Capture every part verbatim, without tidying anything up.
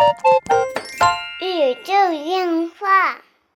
宇宙电话。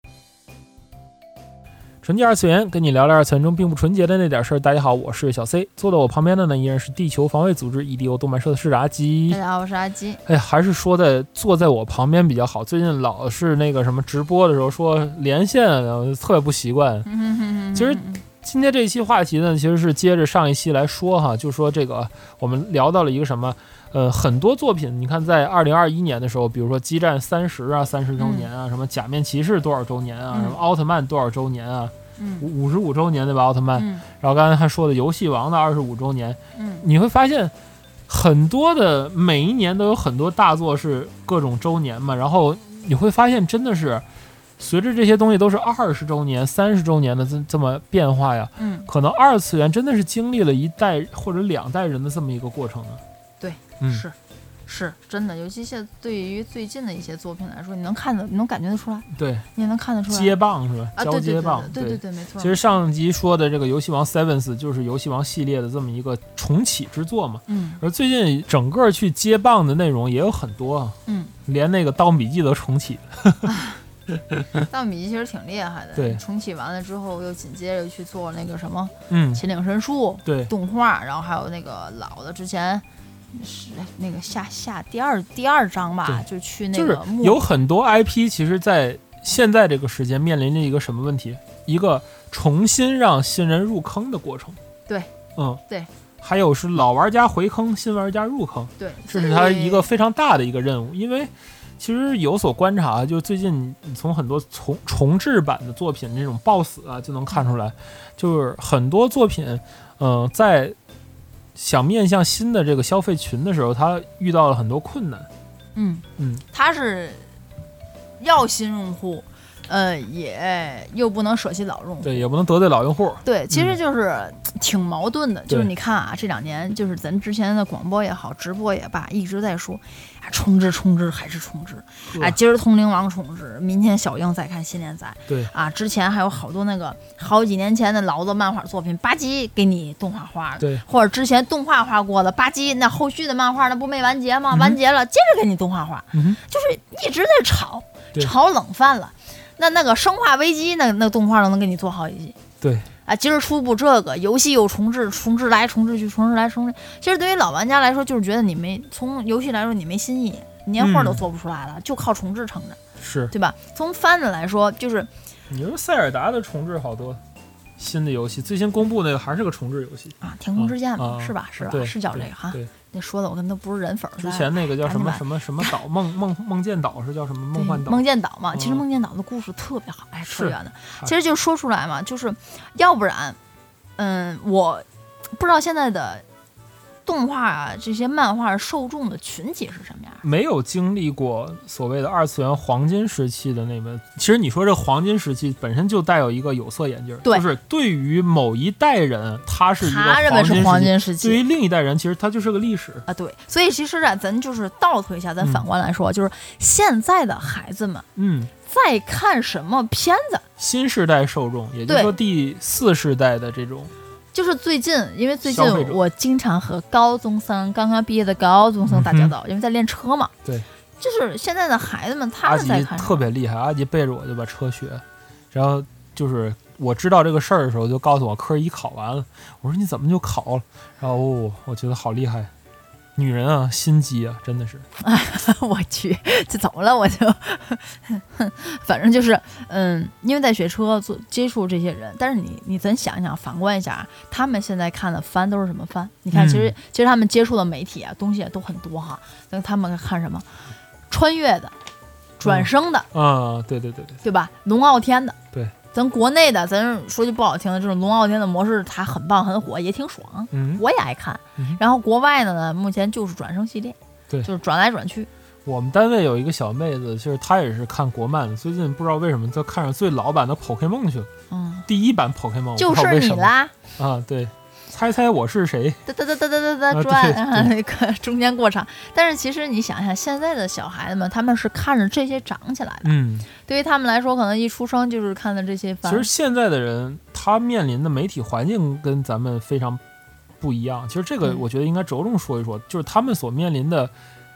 纯洁二次元，跟你聊聊二次元中并不纯洁的那点事儿。大家好，我是小 C， 坐在我旁边的呢依然是地球防卫组织 E D O 动漫社的是阿基。 大家好，我是阿基。 哎，还是说在坐在我旁边比较好。最近老是那个什么直播的时候说连线，我特别不习惯。其实今天这一期话题呢，其实是接着上一期来说哈，就说这个我们聊到了一个什么。呃，很多作品，你看，在二零二一年的时候，比如说《激战三十》啊，三十周年啊，嗯、什么《假面骑士》多少周年啊，嗯、什么奥特曼多少周年啊，五十五周年对吧？奥特曼。嗯、然后刚才还说的《游戏王》的二十五周年，嗯，你会发现很多的每一年都有很多大作是各种周年嘛，然后你会发现真的是随着这些东西都是二十周年、三十周年的这这么变化呀，嗯，可能二次元真的是经历了一代或者两代人的这么一个过程呢。 对，嗯、是，是真的，尤其是对于最近的一些作品来说，你能看得，你能感觉得出来， 对， 你也能看得出来。 接棒是吧？ 啊， 交接棒， 对对 对, 对, 对, 对, 对, 对，没错。 其实上集说的这个《游戏王 Sevens》就是游戏王系列的这么一个重启之作嘛，嗯，而最近整个去接棒的内容也有很多，嗯，连那个《盗墓笔记》都重启。 盗墓笔记其实挺厉害的， 对， 重启完了之后又紧接着去做那个什么， 嗯， 秦岭神树， 对， 动画，然后还有那个老的之前。是那个下下第二第二章吧，就去那个就是有很多 I P， 其实在现在这个时间面临着一个什么问题？一个重新让新人入坑的过程。 对， 嗯， 对。 还有是老玩家回坑，新玩家入坑。 对， 这是他一个非常大的一个任务。因为其实有所观察，就最近你从很多重重制版的作品这种爆死啊，就能看出来，就是很多作品，嗯、呃，在想面向新的这个消费群的时候，他遇到了很多困难。 嗯嗯，他是要新用户，呃，也又不能舍弃老用户， 对，也不能得罪老用户。 对，其实就是挺矛盾的。嗯、就是你看啊，这两年就是咱之前的广播也好，直播也罢，一直在说啊，重置重置还是重置啊，今儿通灵王重置，明天小樱再看新连载。 对啊，之前还有好多那个好几年前的老的漫画作品，吧唧给你动画化了， 对， 或者之前动画化过的，吧唧那后续的漫画那不没完结吗？嗯、完结了，接着给你动画化，嗯、就是一直在炒，炒冷饭了。那那个生化危机那那动画都能给你做好一集， 对啊，今儿出部这个游戏又重置，重置来重置去，重置来重置。其实对于老玩家来说，就是觉得你没从游戏来说你没新意，年画都做不出来了，嗯、就靠重置撑着， 是对吧？从番的来说，就是你说塞尔达的重置好多新的游戏，最新公布那个还是个重置游戏啊，天空之剑嘛， 啊、 是吧？是吧？是叫这个哈。 对。 那说的我跟都不是人粉儿。 之前那个叫什么什么什么岛梦梦梦见岛是叫什么梦幻岛？ 梦见岛嘛，其实梦见岛的故事特别好，哎，扯远的。其实就说出来嘛，就是要不然，嗯，我不知道现在的动画啊这些漫画受众的群体是什么样， 没有经历过所谓的二次元黄金时期的那么，其实你说这黄金时期本身就带有一个有色眼镜， 对， 就是对于某一代人，他是一个他认为是黄金时期， 对于另一代人，其实他就是个历史啊。对，所以其实啊，咱就是倒推一下，咱反观来说，嗯、就是现在的孩子们，嗯，在看什么片子？ 新世代受众，也就是说第四世代的这种。 就是最近，因为最近我经常和高中生刚刚毕业的高中生打交道，嗯、因为在练车嘛。 对， 就是现在的孩子们，他们在看。 阿吉特别厉害，阿吉背着我就把车学，然后就是我知道这个事儿的时候，就告诉我科一考完了。我说你怎么就考了？然后、哦、我觉得好厉害。女人啊，心机啊，真的是。 我去，这怎么了？我就，反正就是，嗯，因为在学车做接触这些人，但是你你咱想一想，反观一下，他们现在看的番都是什么番？你看，其实、嗯、其实他们接触的媒体啊，东西也都很多哈。那他们看什么？穿越的，转生的， 嗯，啊、对对对对， 对吧？龙傲天的， 对。 咱国内的，咱说句不好听的，这种龙傲天的模式，它很棒很火，也挺爽，嗯，我也爱看。嗯、然后国外的呢，目前就是转生系列， 对， 就是转来转去。 我们单位有一个小妹子，就是她也是看国漫的，最近不知道为什么她看上最老版的 Pokemon 去了，嗯，第一版 Pokemon 就是你啦， 啊，对。猜猜我是谁？ 哒哒哒哒哒哒哒转，那个中间过场。但是其实你想想，现在的小孩子们，他们是看着这些长起来的。嗯，对于他们来说，可能一出生就是看的这些番。 其实现在的人，他面临的媒体环境跟咱们非常不一样。其实这个我觉得应该着重说一说，嗯、就是他们所面临的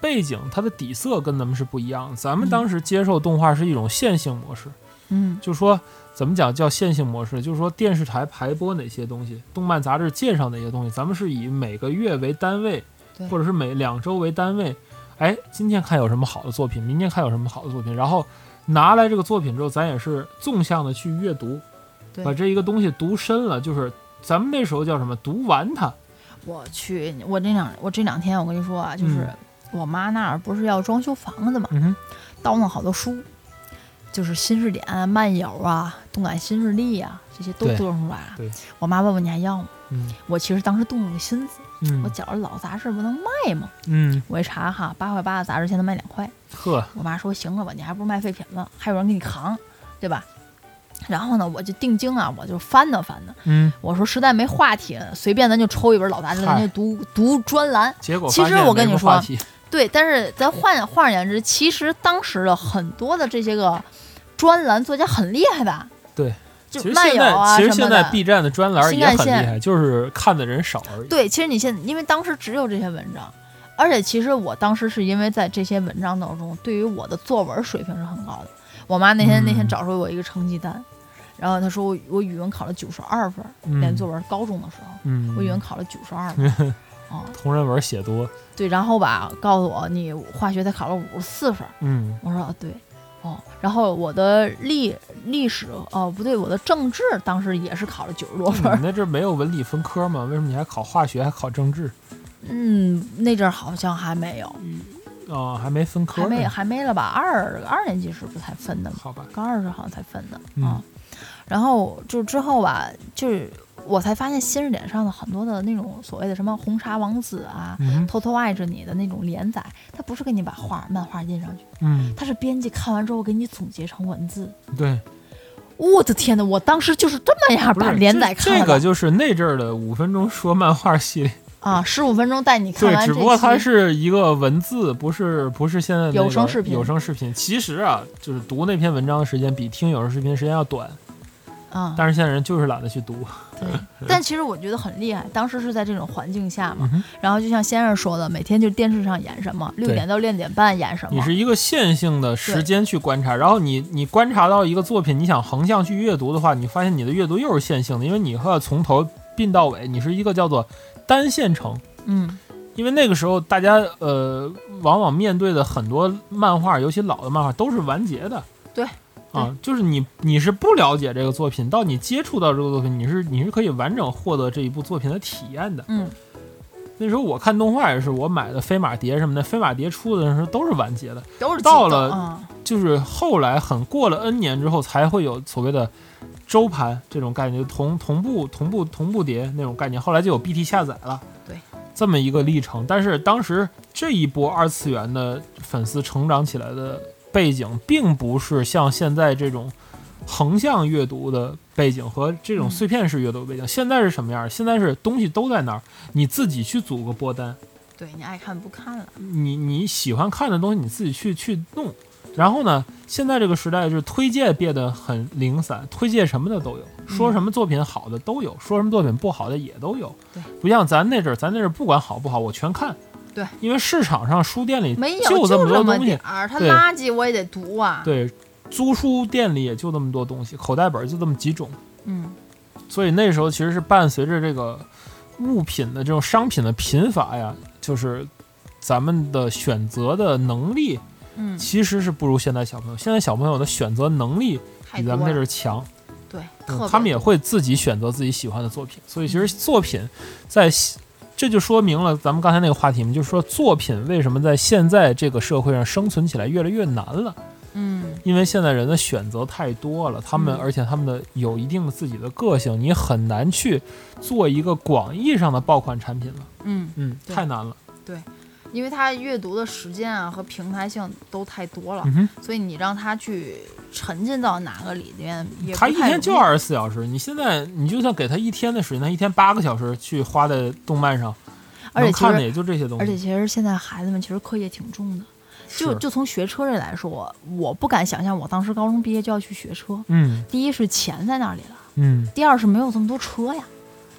背景它的底色跟咱们是不一样的。咱们当时接受动画是一种线性模式， 嗯， 就是说怎么讲叫线性模式，就是说电视台排播哪些东西，动漫杂志介绍哪些东西，咱们是以每个月为单位，或者是每两周为单位，哎，今天看有什么好的作品，明天看有什么好的作品，然后拿来这个作品之后，咱也是纵向的去阅读，把这一个东西读深了，就是咱们那时候叫什么读完它。 我去，我这两我这两天我跟你说啊，就是、嗯、我妈那儿不是要装修房子嘛， 嗯、 叨弄好多书，就是新视点啊、漫游啊、动感新势力啊，这些都做出来了。 对， 我妈问问你还要吗？ 嗯， 我其实当时动了个心思， 嗯， 我觉着老杂志不能卖吗？ 嗯， 我一查哈，八块八的杂志现在卖两块。 呵， 我妈说行了吧，你还不如卖废品了，还有人给你扛，对吧？然后呢，我就定睛啊，我就翻呢翻呢。 嗯， 我说实在没话题了，随便咱就抽一本老杂志，咱就读读专栏。 结果其实我跟你说， 对， 但是咱换换而言之，其实当时的很多的这些个专栏作家很厉害的。 对， 就其实现在、 啊、 其实现在 B 站的专栏也很厉害，就是看的人少而已。 对，其实你现在因为当时只有这些文章，而且其实我当时是因为在这些文章当中，对于我的作文水平是很高的。我妈那天、嗯、那天找出我一个成绩单。然后他说我我语文考了九十二分， 嗯、 连作文高中的时候， 嗯， 我语文考了九十二分，哦， 同人文写多， 对，然后吧，告诉我你化学才考了五十四分， 嗯， 我说啊对，哦，然后我的历历史哦不对，我的政治当时也是考了九十多分， 你那阵没有文理分科吗？为什么你还考化学还考政治？ 嗯，那阵好像还没有。 哦，还没分科， 还没还没了吧？二二年级是不是才分的吗？ 好吧， 高二是好像才分的啊。 嗯然后就之后吧，就是我才发现新视点上的很多的那种所谓的什么红茶王子啊、 嗯、 偷偷爱着你的那种连载，它不是给你把画漫画印上去， 嗯， 它是编辑看完之后给你总结成文字。 对， 我的天哪！我当时就是这么样把连载看了。 这个就是那阵儿的五分钟说漫画系列。 啊，十五分钟带你看完这。 对，只不过它是一个文字，不是不是现在的有声视频。 有声视频，其实啊，就是读那篇文章的时间比听有声视频的时间要短。 啊、嗯， 但是现在人就是懒得去读。 对，但其实我觉得很厉害。当时是在这种环境下嘛， 嗯、 然后就像先生说的，每天就电视上演什么，六点到六点半演什么。 你是一个线性的时间去观察，然后你你观察到一个作品，你想横向去阅读的话，你发现你的阅读又是线性的，因为你要从头并到尾，你是一个叫做单线程。 嗯， 因为那个时候大家呃往往面对的很多漫画，尤其老的漫画都是完结的。 对。 啊，就是你你是不了解这个作品，到你接触到这个作品，你是你是可以完整获得这一部作品的体验的。 嗯， 那时候我看动画也是，我买的飞马碟什么的，飞马碟出的时候都是完结的， 都是到了、 嗯、 就是后来很过了 N 年之后才会有所谓的周盘这种概念，同同步同步同步碟那种概念，后来就有 B T 下载了。 对， 这么一个历程。但是当时这一波二次元的粉丝成长起来的背景并不是像现在这种横向阅读的背景和这种碎片式阅读的背景、嗯、现在是什么样？现在是东西都在那儿，你自己去组个播单， 对，你爱看不看了， 你你喜欢看的东西你自己去去弄。然后呢，现在这个时代就是推荐变得很零散，推荐什么的都有，说什么作品好的都有、嗯、说什么作品不好的也都有。 对， 不像咱那阵儿，咱那阵儿不管好不好我全看。 对， 因为市场上书店里没有就这么多东西， 它垃圾我也得读啊。 对，租书店里也就那么多东西，口袋本就这么几种。 嗯， 所以那时候其实是伴随着这个物品的这种商品的贫乏呀，就是咱们的选择的能力， 嗯， 其实是不如现在小朋友。现在小朋友的选择能力比咱们那阵儿强。 对、 嗯，他们也会自己选择自己喜欢的作品。所以其实作品在。这就说明了咱们刚才那个话题嘛，就是说作品为什么在现在这个社会上生存起来越来越难了。 嗯， 因为现在人的选择太多了，他们、嗯、而且他们的有一定的自己的个性，你很难去做一个广义上的爆款产品了。 嗯嗯，太难了。 对，因为他阅读的时间啊和平台性都太多了、 嗯、 所以你让他去沉浸到哪个里面也他一天就二十四小时，你现在你就算给他一天的时间，他一天八个小时去花在动漫上， 而且看的也就这些东西。 而且其实现在孩子们其实课业挺重的，就就从学车这来说，我不敢想象我当时高中毕业就要去学车。 嗯， 第一是钱在那里了， 嗯， 第二是没有这么多车呀。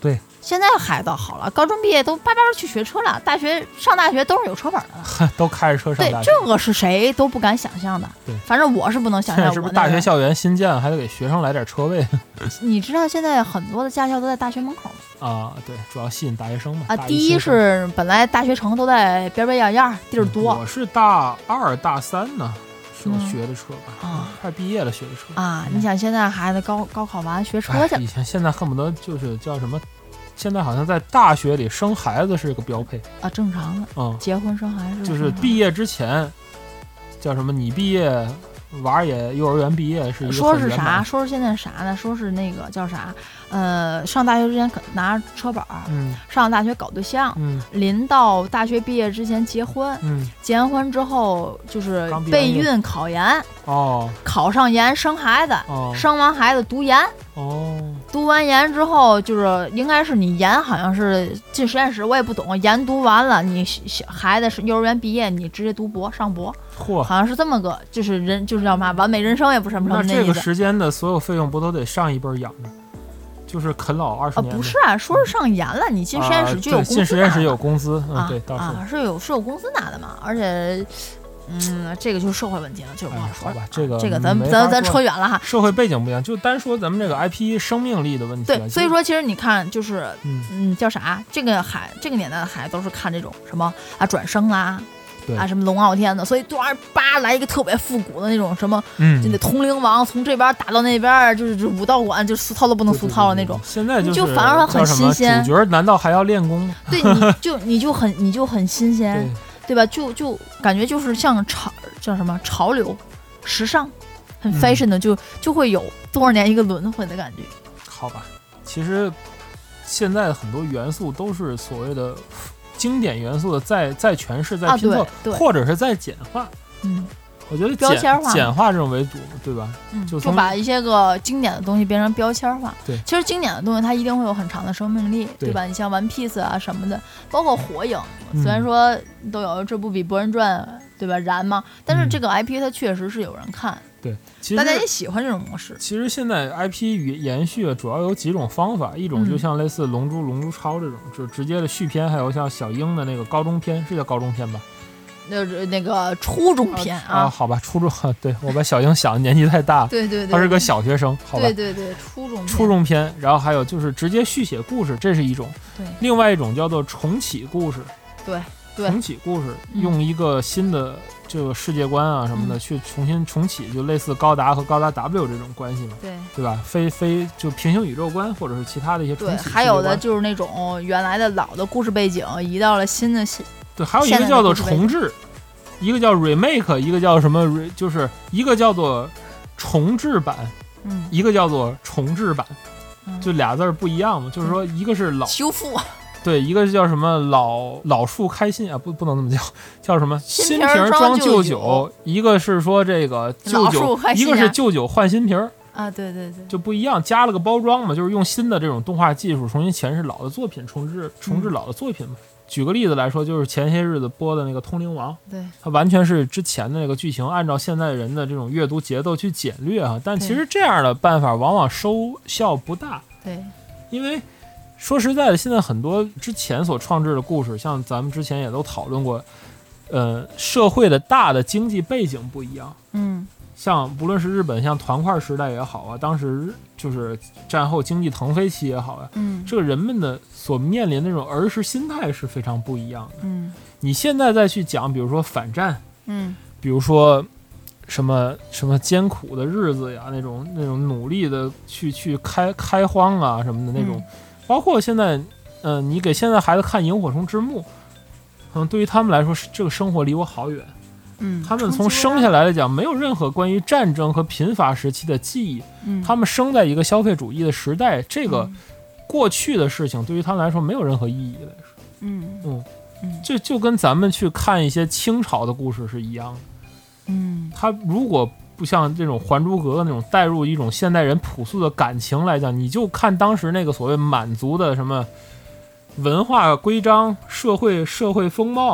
对， 现在还倒好了，高中毕业都叭叭去学车了，大学上大学都是有车本的了， 都开着车上大学。 对，这个是谁都不敢想象的。 对， 反正我是不能想象。 是不是大学校园新建还得给学生来点车位？ 你知道现在很多的驾校都在大学门口吗？ 啊，对，主要吸引大学生嘛。 啊，第一是本来大学城都在边边沿沿，地儿多。 嗯、我是大二大三呢。时候学的车吧，嗯、啊，快毕业了学的车啊！你想现在孩子高高考完学车去， 以前现在恨不得就是叫什么，现在好像在大学里生孩子是个标配啊，正常的， 嗯， 结婚生孩子就是毕业之前叫什么？你毕业娃也幼儿园毕业是一个说是啥？说是现在啥呢？说是那个叫啥？呃，上大学之前拿车本， 嗯， 上大学搞对象， 嗯， 临到大学毕业之前结婚， 嗯， 结完婚之后就是备孕考研， 哦， 考上研生孩子， 哦， 生完孩子读研， 哦， 读完研之后就是应该是你研好像是进实验室，我也不懂，研读完了，你孩子是幼儿园毕业，你直接读博上博， 嚯， 好像是这么个，就是人就是叫嘛完美人生也不是什么什么那这个时间的所有费用不都得上一辈养着？就是啃老二十年、 啊？不是啊，说是上研了，你进实验室就有工资、啊、 进实验室有工资，嗯， 啊、 对，到时候啊是有是有工资拿的嘛，而且。嗯，这个就是社会问题了，就是不好说、 哎。好吧，这个这个咱咱咱扯远了哈。 社会背景不一样，就单说咱们这个 I P 生命力的问题。 对，所以说其实你看，就是嗯嗯，叫啥？这个孩这个年代的孩子都是看这种什么啊转生啊， 对啊什么龙傲天的，所以突然叭来一个特别复古的那种什么， 嗯， 就那通灵王从这边打到那边，就是武道馆就俗套都不能俗套了那种。 现在就是就反而很新鲜。 主角难道还要练功吗？ 对，你就你就很你就很新鲜。 对对吧？就就感觉就是像潮叫什么潮流、时尚，很 fashion 的，嗯、就就会有多少年一个轮回的感觉。 好吧，其实现在很多元素都是所谓的经典元素的再再诠释、再拼凑、 啊， 或者是再简化。 嗯， 我觉得标签化、 简化这种为主，对吧？ 嗯， 就就把一些个经典的东西变成标签化。 对， 其实经典的东西它一定会有很长的生命力， 对, 对吧？你像 One Piece 啊什么的，包括火影， 嗯、 虽然说都有这部比《博人传》对吧燃嘛，但是这个 I P 它确实是有人看。 嗯、对，其实大家也喜欢这种模式。 其实现在 I P 延续主要有几种方法，一种就像类似《龙珠》《龙珠超》这种，嗯、就直接的续篇，还有像小樱的那个高中篇，是叫高中篇吧？ 那那个初中篇啊, 啊，好吧，初中，对我把小樱想的年纪太大， 对对对， 他是个小学生，好吧， 对对对，初中初中篇，然后还有就是直接续写故事，这是一种， 对， 另外一种叫做重启故事， 对对， 重启故事，用一个新的这个世界观啊什么的、 嗯、 去重新重启，就类似高达和高达 W 这种关系嘛， 对对吧？非非就平行宇宙观或者是其他的一些重启， 对，还有的就是那种原来的老的故事背景移到了新的新， 对，还有一个叫做重置。一个叫 remake， 一个叫什么，就是一个叫做重制版， 嗯， 一个叫做重制版， 嗯、 就俩字儿不一样嘛。就是说，一个是老修复， 对，一个叫什么老老树开新啊，不不能这么叫，叫什么新瓶装旧酒。一个是说这个旧酒， 一个是旧酒换新瓶儿啊，对对对， 就不一样，加了个包装嘛，就是用新的这种动画技术重新诠释老的作品，重置重置老的作品嘛。嗯，举个例子来说，就是前些日子播的那个《通灵王》， 对， 它完全是之前的那个剧情按照现在人的这种阅读节奏去简略啊，但其实这样的办法往往收效不大。 对， 因为说实在的，现在很多之前所创制的故事，像咱们之前也都讨论过，呃，社会的大的经济背景不一样。 嗯。 像不论是日本像团块时代也好啊，当时就是战后经济腾飞期也好啊， 嗯， 这个人们的所面临的那种儿时心态是非常不一样的。 嗯， 你现在再去讲，比如说反战， 嗯， 比如说什么什么艰苦的日子呀，那种那种努力的去去开开荒啊什么的那种， 嗯、 包括现在，嗯、呃，你给现在孩子看《萤火虫之墓》，可能对于他们来说，这个生活离我好远。 嗯， 他们从生下来来讲，没有任何关于战争和贫乏时期的记忆。 嗯， 他们生在一个消费主义的时代，这个过去的事情对于他们来说没有任何意义来说。 嗯嗯嗯，这就跟咱们去看一些清朝的故事是一样的。 嗯， 他如果不像这种《还珠格格》那种带入一种现代人朴素的感情来讲，你就看当时那个所谓满族的什么文化规章、社会社会风貌。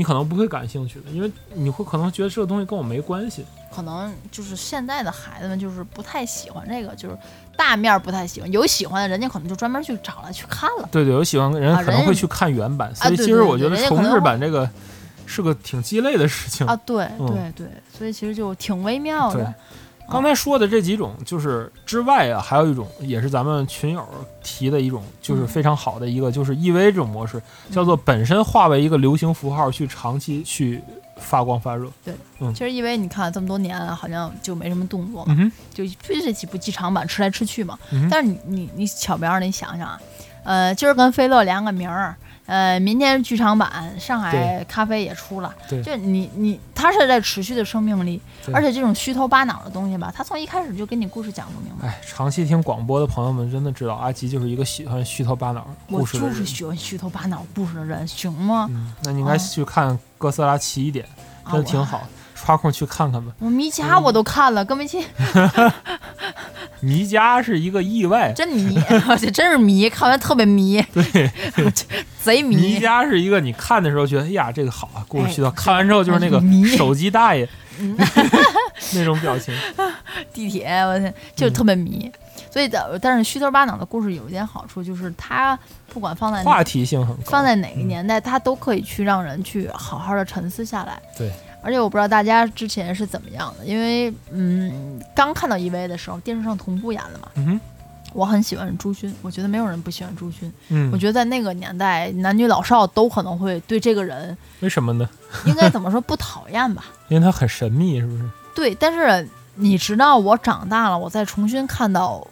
你可能不会感兴趣的，因为你会可能觉得这个东西跟我没关系。 可能就是现在的孩子们就是不太喜欢这个，就是大面不太喜欢，有喜欢的人家可能就专门去找来去看了。 对对，有喜欢的人可能会去看原版， 啊、 所以其实我觉得重制版这个是个挺鸡肋的事情啊。对对对、嗯，所以其实就挺微妙的。 刚才说的这几种就是之外啊，还有一种也是咱们群友提的一种，就是非常好的一个，就是 E V 这种模式，嗯、叫做本身化为一个流行符号去长期去发光发热。 对， 嗯， 其实 E V 你看这么多年好像就没什么动作嘛， 嗯、 就这几部剧场版吃来吃去嘛。 嗯、 但是你你你巧妙的你想想啊，呃，今儿跟飞乐连个名儿。呃，明天剧场版上海咖啡也出了，就你你它是在持续的生命力，而且这种虚头巴脑的东西吧，它从一开始就给你故事讲不明白。 哎，长期听广播的朋友们真的知道，阿吉就是一个喜欢虚头巴脑故事的人。 我就是喜欢虚头巴脑故事的人，行吗？ 嗯，那你应该去看哥斯拉奇一点， 啊、 真的挺好，刷空去看看吧。 我迷家我都看了，跟没去。 迷家是一个意外， 真迷，而且真是迷，看完特别迷， 对， 贼迷。 迷家是一个你看的时候觉得，哎呀，这个好啊，故事需要、哎、看完之后就是那个手机大爷、嗯、那种表情。 地铁，我天，就是特别迷。嗯、所以的，但是虚头巴脑的故事有一点好处，就是它不管放在话题性很高， 放在哪个年代，嗯、它都可以去让人去好好的沉思下来。 对。 而且我不知道大家之前是怎么样的，因为嗯，刚看到 E V 的时候，电视上同步演的嘛。 嗯哼， 我很喜欢朱勋，我觉得没有人不喜欢朱勋。 嗯， 我觉得在那个年代，男女老少都可能会对这个人， 为什么呢？ 应该怎么说不讨厌吧？ 因为他很神秘，是不是？ 对，但是你直到我长大了，我再重新看到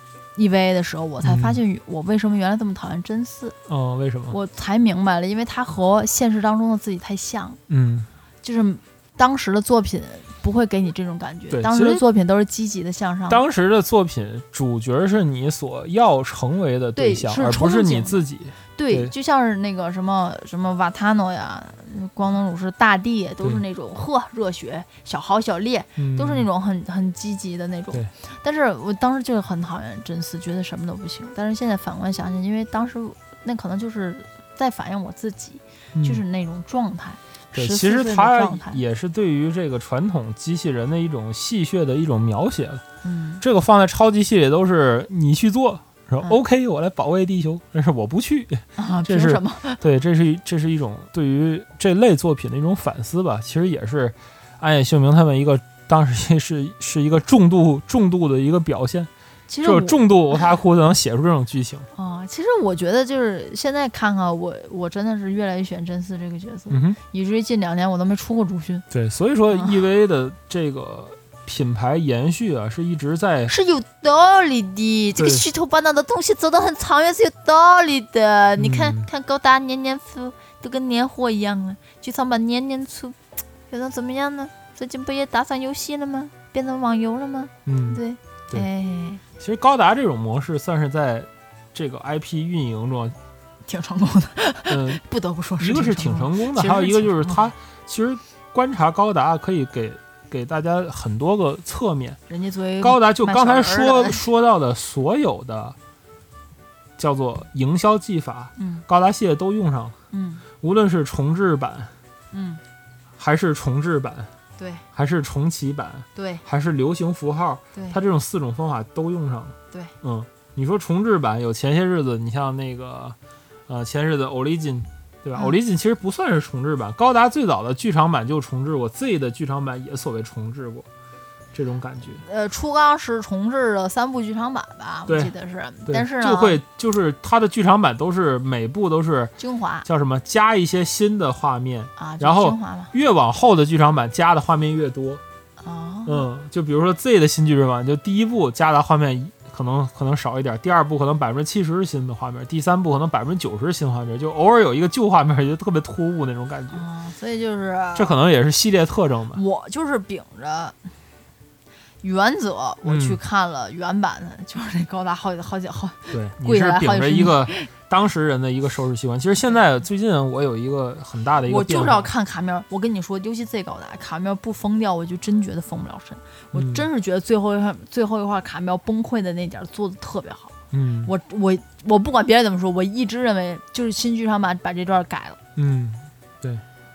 E V 的时候，我才发现我为什么原来这么讨厌真嗣。 嗯，为什么？ 我才明白了，因为他和现实当中的自己太像。 嗯。 就是当时的作品不会给你这种感觉，当时的作品都是积极的向上。 当时的作品主角是你所要成为的对象，而不是你自己。 对， 对就像是那个什么什么瓦塔诺呀、光能武士大帝，都是那种呵热血、小豪小烈，都是那种很很积极的那种。但是我当时就很讨厌真嗣，觉得什么都不行。但是现在反观想想，因为当时那可能就是在反映我自己， 嗯、 就是那种状态。 对，其实它也是对于这个传统机器人的一种戏谑的一种描写了。 嗯， 这个放在超级系列都是你去做，说、嗯、OK， 我来保卫地球，但是我不去。 啊， 这是什么？ 对，这是这是一种对于这类作品的一种反思吧。其实也是安野秀明他们一个当时是是一个重度重度的一个表现。 其实就是重度他哭能写出这种剧情啊。其实我觉得就是现在看看我，我真的是越来越喜欢真嗣这个角色， 嗯哼， 以至于近两年我都没出过朱勋。 对，所以说 E V 的这个品牌延续啊，是一直在是有道理的。这个虚头巴脑的东西走得很长远是有道理的。你看、嗯、看高达年年出，都跟年货一样了，剧场版年年出，有人怎么样呢？最近不也打上游戏了吗？变成网游了吗？ 嗯， 对。 对， 哎， 其实高达这种模式算是在这个 I P 运营中挺成功的。 嗯， 不得不说是一个是挺成功的，还有一个就是它其实观察高达可以给给大家很多个侧面。 人家作为高达就刚才说说到的所有的叫做营销技法， 嗯， 高达系列都用上了， 嗯， 无论是重制版， 嗯， 还是重制版。 对， 还是重启版， 对， 还是流行符号， 对， 它这种四种方法都用上了。 对， 嗯，你说重制版有前些日子，你像那个，呃，前日子 Origin， 对吧、嗯、？Origin 其实不算是重制版，高达最早的剧场版就重制过 ，Z 的剧场版也所谓重制过，这种感觉。 呃，初钢是重制的三部剧场版吧，我记得是，但是呢， 就会就是它的剧场版都是每部都是精华， 叫什么加一些新的画面啊， 然后越往后的剧场版加的画面越多。 哦， 嗯，就比如说 Z 的新剧场版，就第一部加的画面可能可能少一点，第二部可能百分之七十是新的画面，第三部可能百分之九十是新画面，就偶尔有一个旧画面就特别突兀那种感觉。 啊、哦，所以就是这可能也是系列特征吧。 我就是秉着原则，我去看了原版的，嗯、就是那高达好几好几好。 对，你是秉着一个当时人的一个收视习惯。其实现在最近我有一个很大的一个变化， 我就是要看卡面。我跟你说，尤其 Z 高达卡面不封掉，我就真觉得封不了神。我真是觉得最后一块、嗯、最后一块卡面崩溃的那点做的特别好。 嗯， 我我我不管别人怎么说，我一直认为就是新剧场版把这段改了。 嗯，对。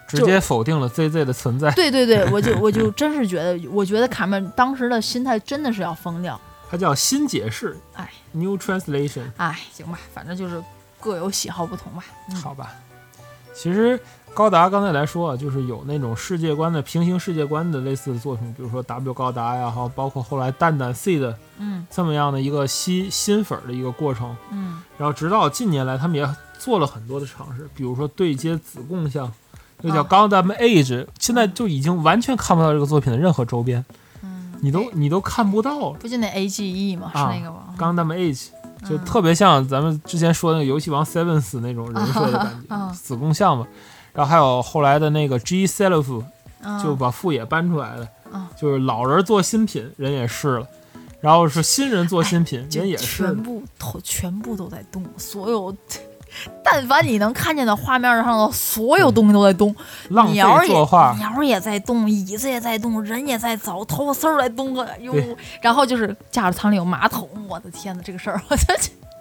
直接否定了 Z Z 的存在。 对对对，我就我就真是觉得，我觉得卡门当时的心态真的是要疯掉。 它叫新解释， 哎 ，New Translation。 哎，行吧，反正就是各有喜好不同吧。嗯、 好吧，其实高达刚才来说啊，就是有那种世界观的平行世界观的类似的作品，比如说 W 高达呀，还有包括后来蛋蛋 C 的， 嗯， 这么样的一个吸新粉的一个过程。 嗯， 然后直到近年来，他们也做了很多的尝试，比如说对接子供像，就叫 Gundam Age，、哦、现在就已经完全看不到这个作品的任何周边。你都你都看不到， 不就那 A G E 吗？ 啊、 是那个吗 ？Gundam Age 就特别像咱们之前说的那个游戏王 Sevens 那种人设的感觉， 啊、 子供像嘛。然后还有后来的那个 G Self，、啊、就把富野搬出来的，啊、就是老人做新品，人也是了。然后是新人做新品， 哎、 人也是全部都全部都在动，所有。但凡你能看见的画面上的所有东西都在动， 浪费作画， 鸟也在动，椅子也在动，人也在走，头发丝儿在动啊！哟，然后就是驾驶舱里有马桶，我的天哪，这个事儿，我这。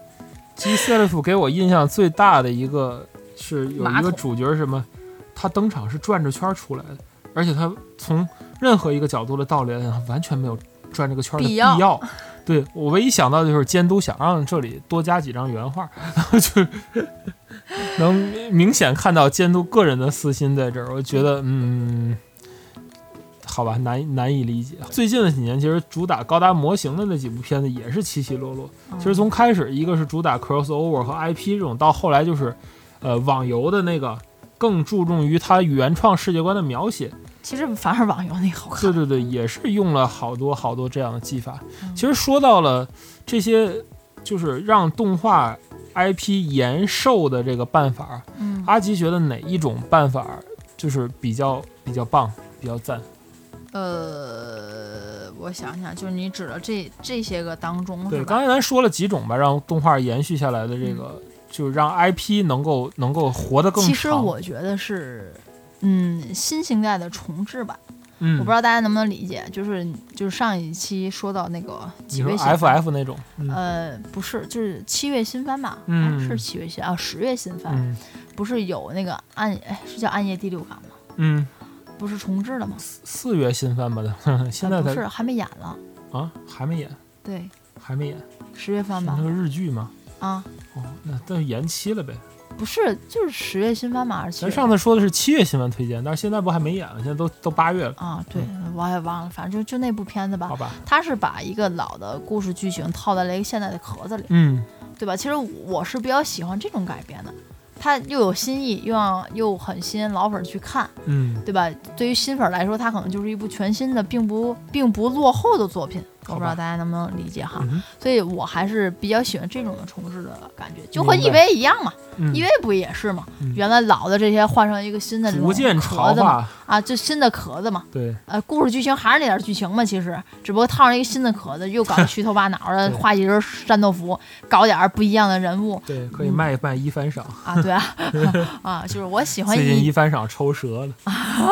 G Self 给我印象最大的一个是有一个主角是什么，他登场是转着圈出来的，而且他从任何一个角度的道理来讲，完全没有转这个圈的必要。必要对，我唯一想到的就是监督想让这里多加几张原画，就能明显看到监督个人的私心在这儿。我觉得，嗯，好吧，难难以理解。最近的几年，其实主打高达模型的那几部片子也是起起落落。其实从开始，一个是主打 crossover 和 I P 这种，到后来就是，呃，网游的那个更注重于它原创世界观的描写。 其实反而网游那个好看， 对对对，也是用了好多好多这样的技法。嗯、其实说到了这些，就是让动画 I P 延寿的这个办法，嗯，阿吉觉得哪一种办法就是比较比较棒，比较赞？ 呃，我想想，就是你指的这这些个当中， 对，刚才咱说了几种吧，让动画延续下来的这个，嗯、就是让 I P 能够能够活得更长。 其实我觉得是。嗯，新形态的重置版， 嗯， 我不知道大家能不能理解，就是就是上一期说到那个几月新番 F F 那种， 嗯、呃，不是，就是七月新番吧？ 嗯， 啊、是七月新啊，十月新番， 嗯、 不是有那个暗，哎，是叫暗夜第六感吗？ 嗯， 不是重置了吗？ 四月新番吧的，现在才、 呃、不是还没演了啊，还没演， 对， 还没演， 十月份吧？ 那个日剧吗？ 啊， 哦，那那延期了呗。 不是，就是十月新番嘛。 咱上次说的是七月新番推荐，但是现在不还没演了，现在都都八月了啊。对，嗯、我也忘了，反正就就那部片子吧。 好吧， 他是把一个老的故事剧情套在了一个现在的壳子里， 嗯， 对吧？其实我是比较喜欢这种改编的，它又有新意，又让又很吸引老粉去看， 嗯， 对吧？对于新粉来说，它可能就是一部全新的，并不并不落后的作品。我不知道大家能不能理解哈， 嗯、 所以我还是比较喜欢这种的重置的感觉，就和 E V 一样嘛、 嗯、 ，E V 不也是嘛、 嗯？ 原来老的这些换上一个新的逐渐潮化啊，就新的壳子嘛。 对， 呃，故事剧情还是那点剧情嘛，其实只不过套上一个新的壳子，又搞虚头巴脑的，画一人战斗服，搞点不一样的人物。 对，可以卖一卖一番赏、 嗯、啊，对啊，啊，就是我喜欢最近一番赏抽折了。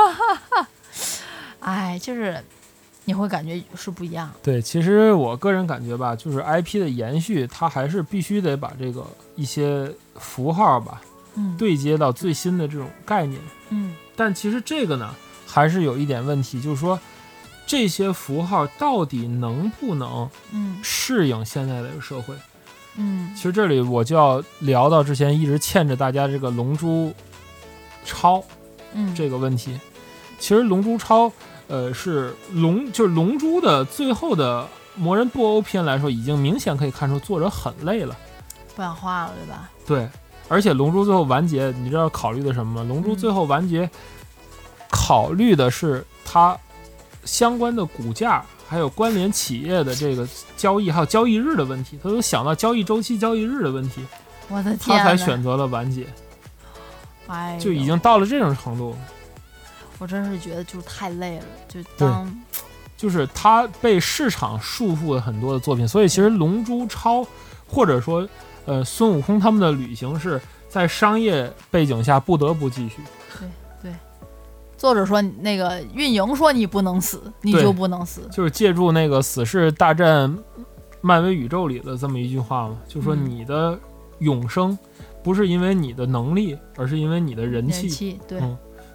哎，就是。你会感觉是不一样。 对，其实我个人感觉吧，就是 I P 的延续，它还是必须得把这个一些符号吧， 嗯， 对接到最新的这种概念， 嗯。 但其实这个呢，还是有一点问题，就是说这些符号到底能不能， 嗯， 适应现在的社会， 嗯。 其实这里我就要聊到之前一直欠着大家这个《龙珠超》 嗯这个问题。其实《龙珠超》。呃，是龙，就是龙珠的最后的魔人布欧篇来说，已经明显可以看出作者很累了， 不想画了，对吧？ 对，而且龙珠最后完结，你知道考虑的什么吗？龙珠最后完结，嗯、考虑的是它相关的股价，还有关联企业的这个交易，还有交易日的问题，他都想到交易周期、交易日的问题， 我的天， 他才选择了完结， 哎， 就已经到了这种程度。 我真是觉得就太累了，就当就是他被市场束缚了很多的作品，所以其实《龙珠超》或者说呃孙悟空他们的旅行是在商业背景下不得不继续。 对对，作者说那个运营说你不能死，你就不能死， 就是借助那个《死侍大战漫威宇宙》里的这么一句话嘛，就说你的永生不是因为你的能力，而是因为你的人气。 人气对。 嗯，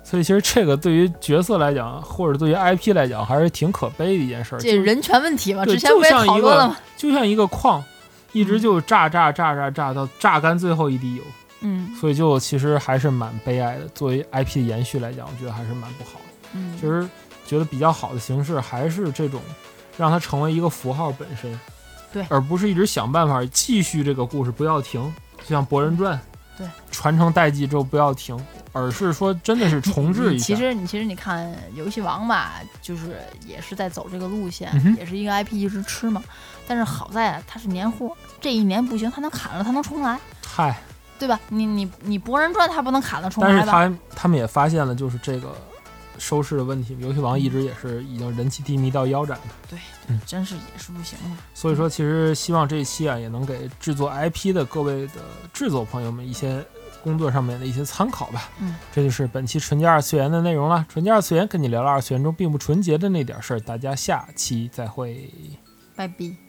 所以其实这个对于角色来讲，或者对于 I P 来讲，还是挺可悲的一件事。 这人权问题嘛， 对， 之前不也讨论了吗？ 就像一个矿，一直就榨榨榨榨榨到榨干最后一滴油。 嗯， 所以就其实还是蛮悲哀的。作为 I P 的延续来讲，我觉得还是蛮不好的。 嗯， 其实觉得比较好的形式还是这种，让它成为一个符号本身， 对， 而不是一直想办法继续这个故事不要停，就像《博人传》， 对， 传承代际之后不要停，而是说真的是重置一下。 其实你其实你看游戏王吧，就是也是在走这个路线， 嗯、 也是一个 I P 一直吃嘛。但是好在它是年货，这一年不行，它能砍了，它能重来。 嗨。 对吧？你你你博人传它不能砍了重来吧？ 但是他他们也发现了，就是这个收视的问题。游戏王一直也是已经人气低迷到腰斩了。 对， 嗯， 真是也是不行了。 所以说，其实希望这一期啊，也能给制作 I P 的各位的制作朋友们一些工作上面的一些参考吧。 嗯， 这就是本期纯洁二次元的内容了。纯洁二次元跟你聊了二次元中并不纯洁的那点事儿，大家下期再会， 拜拜。